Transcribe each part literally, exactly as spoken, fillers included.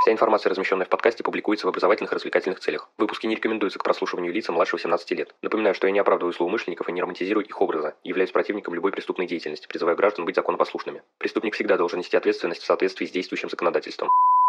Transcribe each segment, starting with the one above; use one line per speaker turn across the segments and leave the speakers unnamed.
Вся информация, размещенная в подкасте, публикуется в образовательных и развлекательных целях. Выпуски не рекомендуются к прослушиванию лицам младше восемнадцати лет. Напоминаю, что я не оправдываю злоумышленников и не романтизирую их образа, являюсь противником любой преступной деятельности, призываю граждан быть законопослушными. Преступник всегда должен нести ответственность в соответствии с действующим законодательством.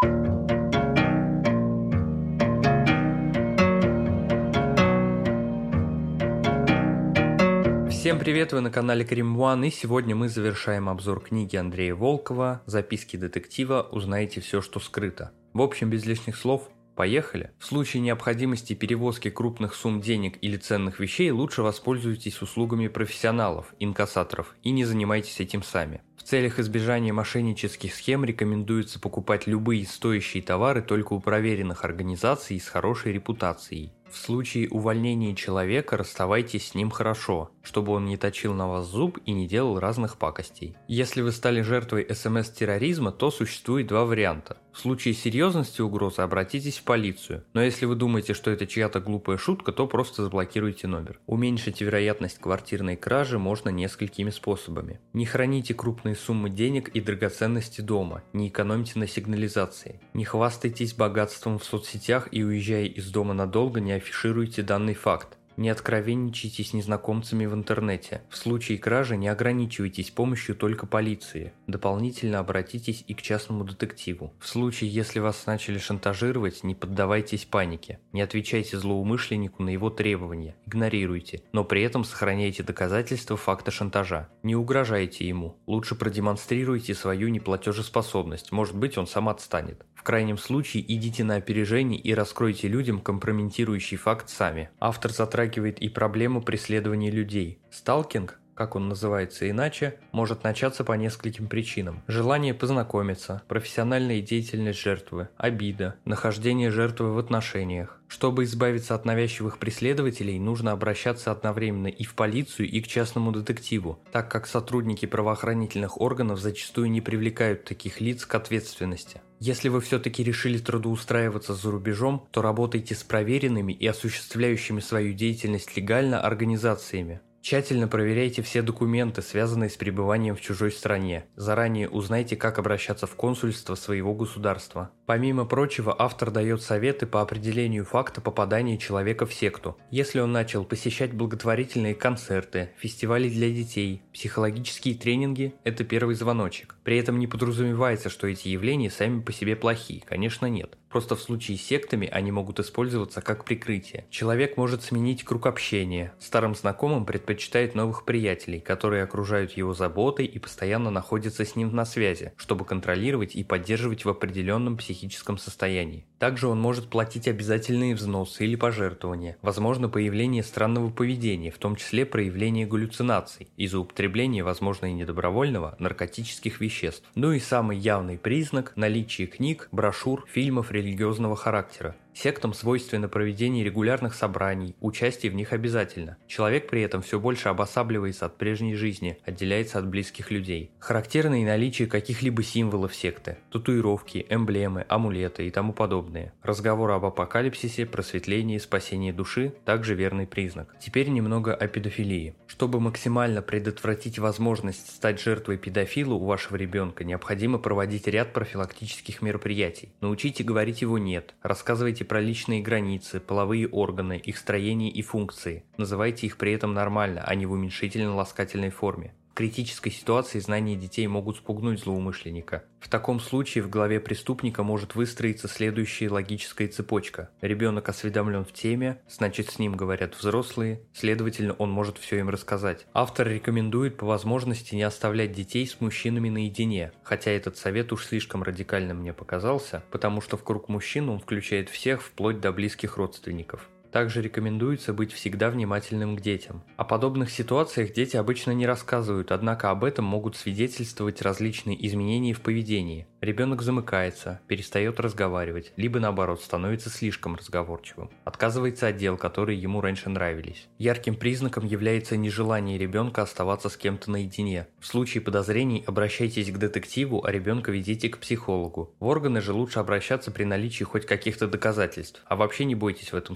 Всем привет, вы на канале Крим One, и сегодня мы завершаем обзор книги Андрея Волкова «Записки детектива. Узнаете все, что скрыто». В общем, без лишних слов, поехали! В случае необходимости перевозки крупных сумм денег или ценных вещей лучше воспользуйтесь услугами профессионалов, инкассаторов, и не занимайтесь этим сами. В целях избежания мошеннических схем рекомендуется покупать любые стоящие товары только у проверенных организаций с хорошей репутацией. В случае увольнения человека расставайтесь с ним хорошо, чтобы он не точил на вас зуб и не делал разных пакостей. Если вы стали жертвой эс эм эс-терроризма, то существует два варианта. В случае серьезности угрозы обратитесь в полицию, но если вы думаете, что это чья-то глупая шутка, то просто заблокируйте номер. Уменьшить вероятность квартирной кражи можно несколькими способами. Не храните крупные суммы денег и драгоценности дома, не экономьте на сигнализации. Не хвастайтесь богатством в соцсетях и, уезжая из дома надолго, не афишируйте данный факт. Не откровенничайте с незнакомцами в интернете. В случае кражи не ограничивайтесь помощью только полиции. Дополнительно обратитесь и к частному детективу. В случае, если вас начали шантажировать, не поддавайтесь панике. Не отвечайте злоумышленнику на его требования. Игнорируйте, но при этом сохраняйте доказательства факта шантажа. Не угрожайте ему. Лучше продемонстрируйте свою неплатежеспособность. Может быть, он сам отстанет. В крайнем случае идите на опережение и раскройте людям компрометирующий факт сами. Автор затрагивает и проблему преследования людей. Сталкинг, как он называется иначе, может начаться по нескольким причинам. Желание познакомиться, профессиональная деятельность жертвы, обида, нахождение жертвы в отношениях. Чтобы избавиться от навязчивых преследователей, нужно обращаться одновременно и в полицию, и к частному детективу, так как сотрудники правоохранительных органов зачастую не привлекают таких лиц к ответственности. Если вы все-таки решили трудоустраиваться за рубежом, то работайте с проверенными и осуществляющими свою деятельность легально организациями. Тщательно проверяйте все документы, связанные с пребыванием в чужой стране. Заранее узнайте, как обращаться в консульство своего государства. Помимо прочего, автор дает советы по определению факта попадания человека в секту. Если он начал посещать благотворительные концерты, фестивали для детей, психологические тренинги – это первый звоночек. При этом не подразумевается, что эти явления сами по себе плохие, конечно нет. Просто в случае с сектами они могут использоваться как прикрытие. Человек может сменить круг общения. Старым знакомым предпочитает новых приятелей, которые окружают его заботой и постоянно находятся с ним на связи, чтобы контролировать и поддерживать в определенном психическом состоянии. Также он может платить обязательные взносы или пожертвования. Возможно появление странного поведения, в том числе проявление галлюцинаций, из-за употребления, возможно и недобровольного, наркотических веществ. Ну и самый явный признак – наличие книг, брошюр, фильмов религиозного характера. Сектам свойственно проведение регулярных собраний, участие в них обязательно. Человек при этом все больше обосабливается от прежней жизни, отделяется от близких людей. Характерно и наличие каких-либо символов секты, татуировки, эмблемы, амулеты и тому подобное. Разговоры об апокалипсисе, просветлении, спасении души – также верный признак. Теперь немного о педофилии. Чтобы максимально предотвратить возможность стать жертвой педофила у вашего ребенка, необходимо проводить ряд профилактических мероприятий. Научите говорить его «нет», рассказывайте про личные границы, половые органы, их строение и функции. Называйте их при этом нормально, а не в уменьшительно-ласкательной форме. В критической ситуации знания детей могут спугнуть злоумышленника. В таком случае в голове преступника может выстроиться следующая логическая цепочка. Ребенок осведомлен в теме, значит с ним говорят взрослые, следовательно он может все им рассказать. Автор рекомендует по возможности не оставлять детей с мужчинами наедине, хотя этот совет уж слишком радикальным мне показался, потому что в круг мужчин он включает всех вплоть до близких родственников. Также рекомендуется быть всегда внимательным к детям. О подобных ситуациях дети обычно не рассказывают, однако об этом могут свидетельствовать различные изменения в поведении. Ребенок замыкается, перестает разговаривать, либо наоборот становится слишком разговорчивым. Отказывается от дел, которые ему раньше нравились. Ярким признаком является нежелание ребенка оставаться с кем-то наедине. В случае подозрений обращайтесь к детективу, а ребенка ведите к психологу. В органы же лучше обращаться при наличии хоть каких-то доказательств. А вообще не бойтесь в этом случае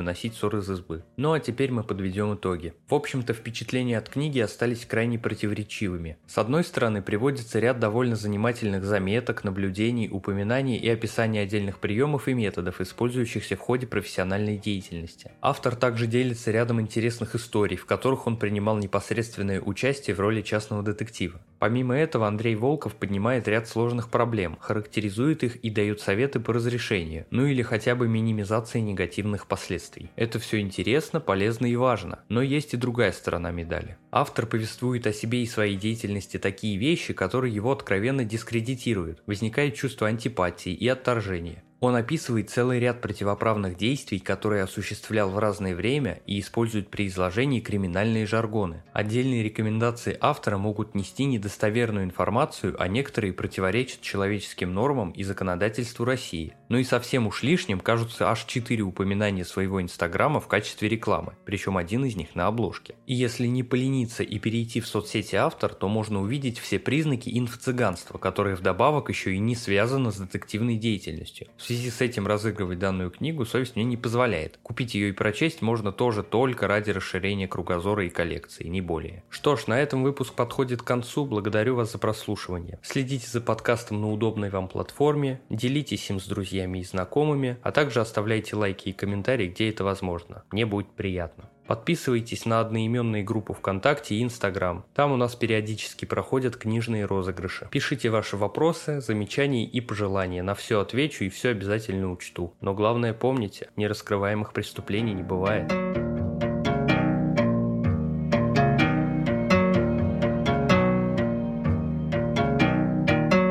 выносить ссор из избы. Ну а теперь мы подведем итоги. В общем-то, впечатления от книги остались крайне противоречивыми. С одной стороны, приводится ряд довольно занимательных заметок, наблюдений, упоминаний и описаний отдельных приемов и методов, использующихся в ходе профессиональной деятельности. Автор также делится рядом интересных историй, в которых он принимал непосредственное участие в роли частного детектива. Помимо этого, Андрей Волков поднимает ряд сложных проблем, характеризует их и дает советы по разрешению, ну или хотя бы минимизации негативных последствий. Это все интересно, полезно и важно, но есть и другая сторона медали. Автор повествует о себе и своей деятельности такие вещи, которые его откровенно дискредитируют, возникает чувство антипатии и отторжения. Он описывает целый ряд противоправных действий, которые осуществлял в разное время и использует при изложении криминальные жаргоны. Отдельные рекомендации автора могут нести недостоверную информацию, а некоторые противоречат человеческим нормам и законодательству России. Но и совсем уж лишним кажутся аж четыре упоминания своего инстаграма в качестве рекламы, причем один из них на обложке. И если не полениться и перейти в соцсети автор, то можно увидеть все признаки инфо-цыганства, которые вдобавок еще и не связаны с детективной деятельностью. В связи с этим разыгрывать данную книгу совесть мне не позволяет. Купить ее и прочесть можно тоже только ради расширения кругозора и коллекции, не более. Что ж, на этом выпуск подходит к концу. Благодарю вас за прослушивание. Следите за подкастом на удобной вам платформе, делитесь им с друзьями и знакомыми, а также оставляйте лайки и комментарии, где это возможно. Мне будет приятно. Подписывайтесь на одноименные группы ВКонтакте и Инстаграм. Там у нас периодически проходят книжные розыгрыши. Пишите ваши вопросы, замечания и пожелания. На все отвечу и все обязательно учту. Но главное помните, нераскрываемых преступлений не бывает.